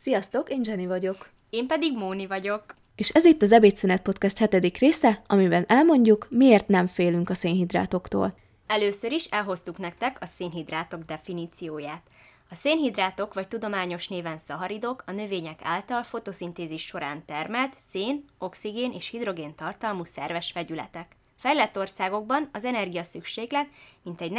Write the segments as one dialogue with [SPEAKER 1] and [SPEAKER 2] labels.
[SPEAKER 1] Sziasztok, én Jenny vagyok.
[SPEAKER 2] Én pedig Móni vagyok.
[SPEAKER 1] És ez itt az Ebédszünet Podcast 7. része, amiben elmondjuk, miért nem félünk a szénhidrátoktól.
[SPEAKER 2] Először is elhoztuk nektek a szénhidrátok definícióját. A szénhidrátok, vagy tudományos néven szaharidok, a növények által fotoszintézis során termelt szén, oxigén és hidrogén tartalmú szerves vegyületek. Fejlett országokban az energiaszükséglet mintegy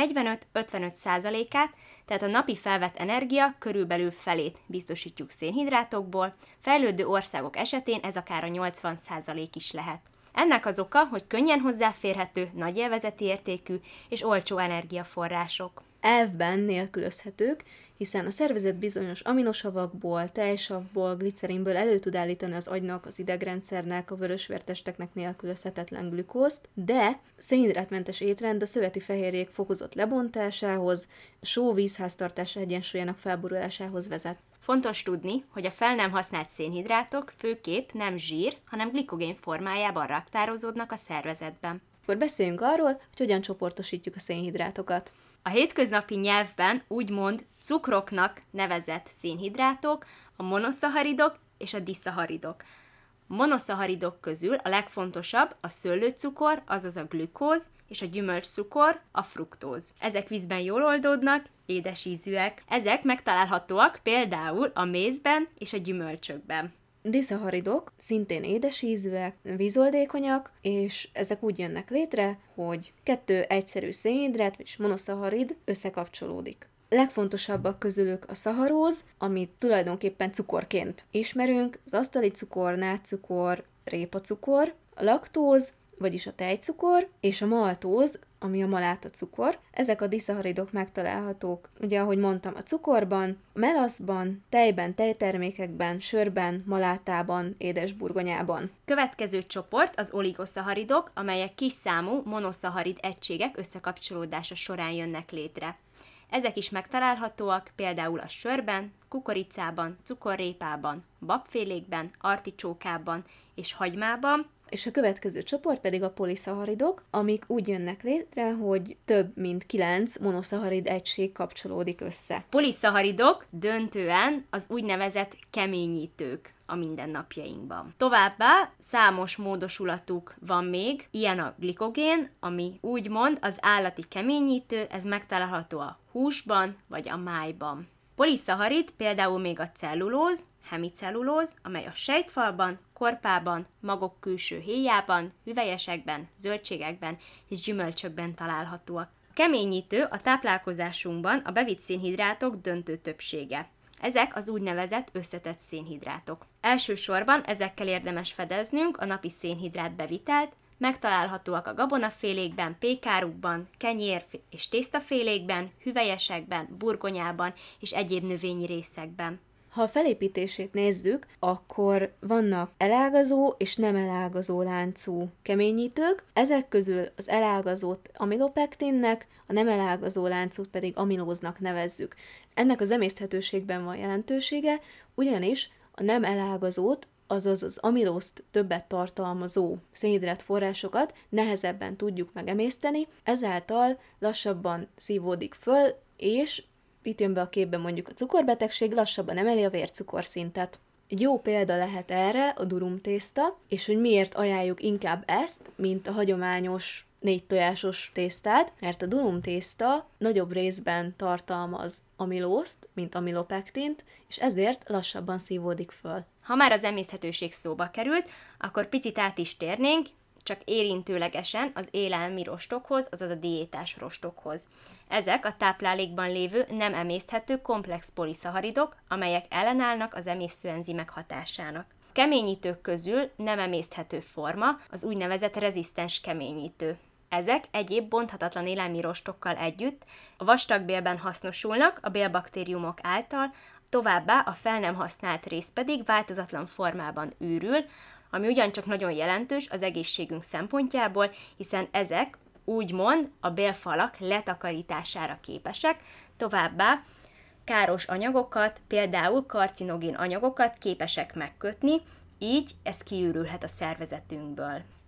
[SPEAKER 2] 45-55%-át, tehát a napi felvett energia körülbelül felét biztosítjuk szénhidrátokból, fejlődő országok esetén ez akár a 80% is lehet. Ennek az oka, hogy könnyen hozzáférhető, nagy élvezeti értékű és olcsó energiaforrások.
[SPEAKER 1] Elvben nélkülözhetők, hiszen a szervezet bizonyos aminosavakból, tejsavból, glicerinből elő tud állítani az agynak, az idegrendszernek, a vörösvértesteknek nélkülözhetetlen glükózt, de szénhidrátmentes étrend a szöveti fehérjék fokozott lebontásához, a só-vízháztartás egyensúlyának felborulásához vezet.
[SPEAKER 2] Fontos tudni, hogy a fel nem használt szénhidrátok főképp nem zsír, hanem glikogén formájában raktározódnak a szervezetben.
[SPEAKER 1] Akkor beszéljünk arról, hogy hogyan csoportosítjuk a szénhidrátokat.
[SPEAKER 2] A hétköznapi nyelvben úgymond cukroknak nevezett szénhidrátok, a monoszaharidok és a diszaharidok. A monoszaharidok közül a legfontosabb a szőlőcukor, azaz a glükóz, és a gyümölcscukor, a fruktóz. Ezek vízben jól oldódnak, édes ízűek. Ezek megtalálhatóak például a mézben és a gyümölcsökben.
[SPEAKER 1] Diszaharidok szintén édesízűek, vízoldékonyak, és ezek úgy jönnek létre, hogy 2 egyszerű szénhidrát, és monoszaharid összekapcsolódik. Legfontosabbak közülük a szaharóz, amit tulajdonképpen cukorként ismerünk, az asztali cukor, nátszukor, répacukor, a laktóz, vagyis a tejcukor, és a maltóz, ami a malátacukor. Ezek a diszaharidok megtalálhatók, ugye ahogy mondtam, a cukorban, a melaszban, tejben, tejtermékekben, sörben, malátában, édesburgonyában.
[SPEAKER 2] Következő csoport az oligoszaharidok, amelyek kis számú monoszaharid egységek összekapcsolódása során jönnek létre. Ezek is megtalálhatóak például a sörben, kukoricában, cukorrépában, babfélékben, articsókában és hagymában,
[SPEAKER 1] és a következő csoport pedig a poliszaharidok, amik úgy jönnek létre, hogy több mint 9 monoszaharid egység kapcsolódik össze.
[SPEAKER 2] Poliszaharidok döntően az úgynevezett keményítők a mindennapjainkban. Továbbá számos módosulatuk van még, ilyen a glikogén, ami úgymond az állati keményítő, ez megtalálható a húsban vagy a májban. Poliszaharid például még a cellulóz, hemicellulóz, amely a sejtfalban, korpában, magok külső héjában, hüvelyesekben, zöldségekben és gyümölcsökben találhatóak. A keményítő a táplálkozásunkban a bevitt szénhidrátok döntő többsége. Ezek az úgynevezett összetett szénhidrátok. Elsősorban ezekkel érdemes fedeznünk a napi szénhidrát bevitelt, megtalálhatóak a gabonafélékben, pékárukban, kenyér- és tésztafélékben, hüvelyesekben, burgonyában és egyéb növényi részekben.
[SPEAKER 1] Ha a felépítését nézzük, akkor vannak elágazó és nem elágazó láncú keményítők, ezek közül az elágazót amilopektinnek, a nem elágazó láncút pedig amilóznak nevezzük. Ennek az emészthetőségben van jelentősége, ugyanis a nem elágazót, azaz az amilózt többet tartalmazó szénhidrátforrásokat nehezebben tudjuk megemészteni, ezáltal lassabban szívódik föl, és itt jön be a képbe mondjuk a cukorbetegség, lassabban emeli a vércukorszintet. Egy jó példa lehet erre a durumtészta, és hogy miért ajánljuk inkább ezt, mint a hagyományos 4 tojásos tésztát, mert a durumtészta nagyobb részben tartalmaz amilózt, mint amilopektint, és ezért lassabban szívódik föl.
[SPEAKER 2] Ha már az emészthetőség szóba került, akkor picit át is térnénk, csak érintőlegesen az élelmi rostokhoz, azaz a diétás rostokhoz. Ezek a táplálékban lévő nem emészthető komplex poliszaharidok, amelyek ellenállnak az emésztőenzimek hatásának. Keményítők közül nem emészthető forma az úgynevezett rezisztens keményítő. Ezek egyéb bonthatatlan élelmi rostokkal együtt a vastagbélben hasznosulnak a bélbaktériumok által, továbbá a fel nem használt rész pedig változatlan formában űrül, ami ugyancsak nagyon jelentős az egészségünk szempontjából, hiszen ezek úgymond a bélfalak letakarítására képesek, továbbá káros anyagokat, például karcinogén anyagokat képesek megkötni, így ez kiürülhet a szervezetünkből.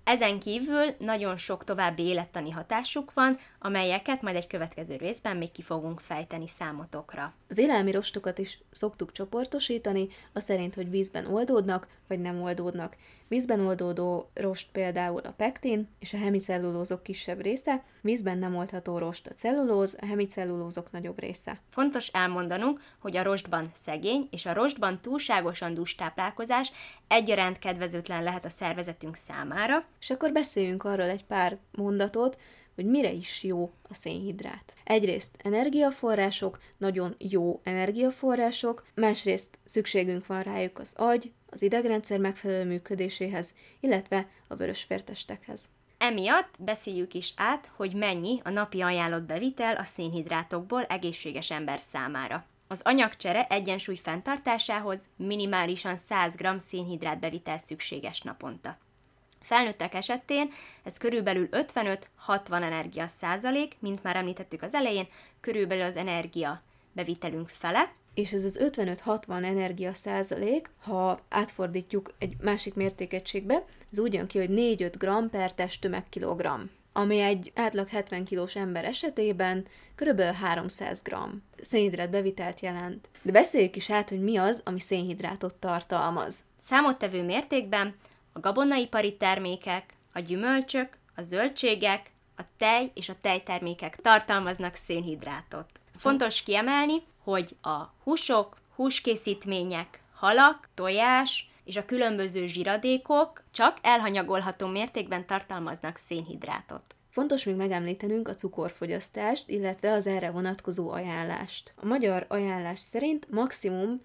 [SPEAKER 2] Ezen kívül nagyon sok további élettani hatásuk van, amelyeket majd egy következő részben még ki fogunk fejteni számotokra.
[SPEAKER 1] Az élelmi rostokat is szoktuk csoportosítani, azt szerint, hogy vízben oldódnak, vagy nem oldódnak. Vízben oldódó rost például a pektin és a hemicellulózok kisebb része, vízben nem oldható rost a cellulóz, a hemicellulózok nagyobb része.
[SPEAKER 2] Fontos elmondanunk, hogy a rostban szegény és a rostban túlságosan dús táplálkozás egyaránt kedvezőtlen lehet a szervezetünk számára.
[SPEAKER 1] És akkor beszéljünk arról egy pár mondatot, hogy mire is jó a szénhidrát. Egyrészt energiaforrások, nagyon jó energiaforrások, másrészt szükségünk van rájuk az agy, az idegrendszer megfelelő működéséhez, illetve a vörösvértestekhez.
[SPEAKER 2] Emiatt beszéljük is át, hogy mennyi a napi ajánlott bevitel a szénhidrátokból egészséges ember számára. Az anyagcsere egyensúly fenntartásához minimálisan 100 g szénhidrát bevitel szükséges naponta. Felnőttek esetén ez körülbelül 55-60 energia százalék, mint már említettük az elején, körülbelül az energia bevitelünk fele.
[SPEAKER 1] És ez az 55-60 energia százalék, ha átfordítjuk egy másik mértékegységbe, ez úgy jön ki, hogy 4-5 g per testtömegkilogramm, ami egy átlag 70 kilós ember esetében kb. 300 g szénhidrát bevitelt jelent. De beszéljük is át, hogy mi az, ami szénhidrátot tartalmaz.
[SPEAKER 2] Számottevő mértékben a gabonaipari termékek, a gyümölcsök, a zöldségek, a tej és a tejtermékek tartalmaznak szénhidrátot. Fontos kiemelni, hogy a húsok, húskészítmények, halak, tojás és a különböző zsiradékok csak elhanyagolható mértékben tartalmaznak szénhidrátot.
[SPEAKER 1] Fontos még megemlítenünk a cukorfogyasztást, illetve az erre vonatkozó ajánlást. A magyar ajánlás szerint maximum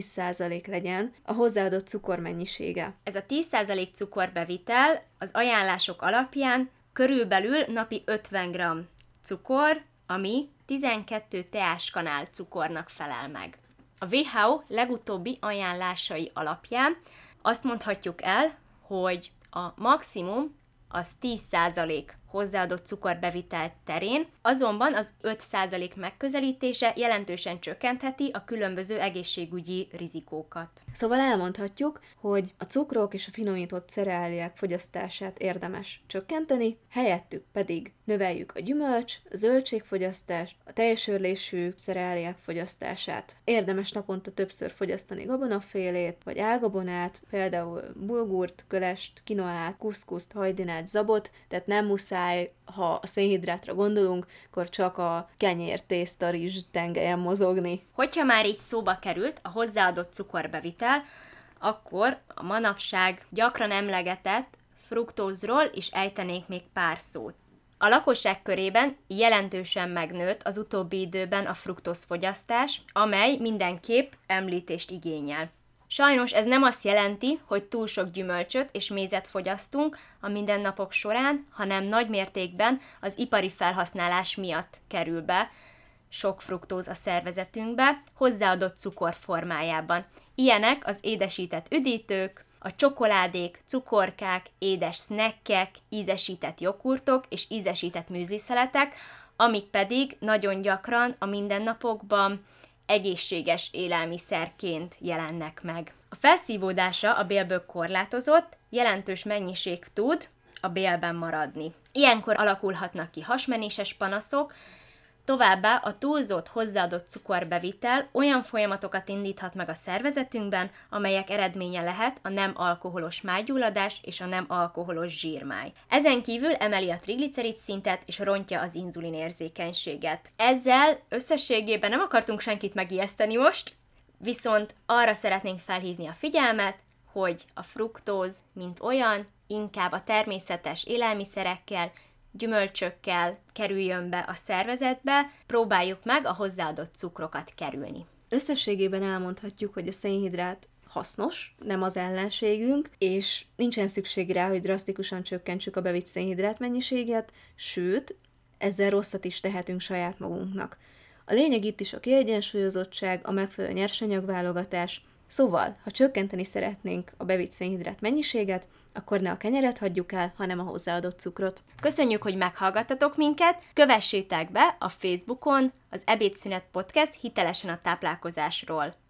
[SPEAKER 1] 10% legyen a hozzáadott cukor mennyisége.
[SPEAKER 2] Ez a 10% cukorbevitel az ajánlások alapján körülbelül napi 50 g cukor, ami 12 teáskanál cukornak felel meg. A WHO legutóbbi ajánlásai alapján azt mondhatjuk el, hogy a maximum az 10% hozzáadott cukorbevitel terén, azonban az 5% megközelítése jelentősen csökkentheti a különböző egészségügyi rizikókat.
[SPEAKER 1] Szóval elmondhatjuk, hogy a cukrok és a finomított cereáliák fogyasztását érdemes csökkenteni, helyettük pedig növeljük a gyümölcs, a zöldségfogyasztást, a teljes őrlésű cereáliák fogyasztását. Érdemes naponta többször fogyasztani gabonafélét, vagy álgabonát, például bulgurt, kölest, kinoát, kuszkuszt, hajdinát, zabot, tehát nem muszáj, ha a szénhidrátra gondolunk, akkor csak a kenyér, tészta, rizs tengelyen mozogni.
[SPEAKER 2] Hogyha már így szóba került a hozzáadott cukorbevitel, akkor a manapság gyakran emlegetett fruktózról is ejtenék még pár szót. A lakosság körében jelentősen megnőtt az utóbbi időben a fruktózfogyasztás, amely mindenképp említést igényel. Sajnos ez nem azt jelenti, hogy túl sok gyümölcsöt és mézet fogyasztunk a mindennapok során, hanem nagy mértékben az ipari felhasználás miatt kerül be sok fruktóz a szervezetünkbe, hozzáadott cukor formájában. Ilyenek az édesített üdítők, a csokoládék, cukorkák, édes snackek, ízesített jogurtok és ízesített műzliszeletek, amik pedig nagyon gyakran a mindennapokban egészséges élelmiszerként jelennek meg. A felszívódása a bélből korlátozott, jelentős mennyiség tud a bélben maradni. Ilyenkor alakulhatnak ki hasmenéses panaszok, továbbá a túlzott hozzáadott cukorbevitel olyan folyamatokat indíthat meg a szervezetünkben, amelyek eredménye lehet a nem alkoholos májgyulladás és a nem alkoholos zsírmáj. Ezen kívül emeli a triglicerid szintet és rontja az inzulinérzékenységet. Ezzel összességében nem akartunk senkit megijeszteni most, viszont arra szeretnénk felhívni a figyelmet, hogy a fruktóz, mint olyan, inkább a természetes élelmiszerekkel, gyümölcsökkel kerüljön be a szervezetbe, próbáljuk meg a hozzáadott cukrokat kerülni.
[SPEAKER 1] Összességében elmondhatjuk, hogy a szénhidrát hasznos, nem az ellenségünk, és nincsen szükség rá, hogy drasztikusan csökkentsük a bevitt szénhidrát mennyiséget, sőt, ezzel rosszat is tehetünk saját magunknak. A lényeg itt is a kiegyensúlyozottság, a megfelelő nyersanyagválogatás, szóval, ha csökkenteni szeretnénk a bevitt szénhidrát mennyiséget, akkor ne a kenyeret hagyjuk el, hanem a hozzáadott cukrot.
[SPEAKER 2] Köszönjük, hogy meghallgattatok minket, kövessétek be a Facebookon az Ebédszünet Podcast hitelesen a táplálkozásról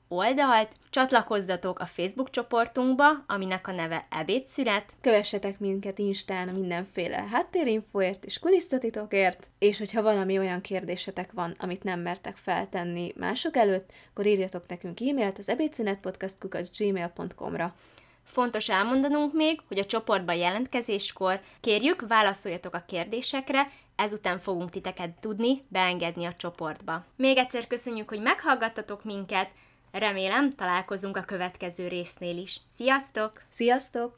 [SPEAKER 2] oldalt, csatlakozzatok a Facebook csoportunkba, aminek a neve Ebédszünet.
[SPEAKER 1] Kövessetek minket Instán a mindenféle háttérinfóért és kulisszatitokért, és hogyha valami olyan kérdésetek van, amit nem mertek feltenni mások előtt, akkor írjatok nekünk e-mailt az ebédszünetpodcast@gmail.com-ra.
[SPEAKER 2] Fontos elmondanunk még, hogy a csoportban jelentkezéskor kérjük, válaszoljatok a kérdésekre, ezután fogunk titeket tudni beengedni a csoportba. Még egyszer köszönjük, hogy meghallgattatok minket, remélem találkozunk a következő résznél is. Sziasztok!
[SPEAKER 1] Sziasztok!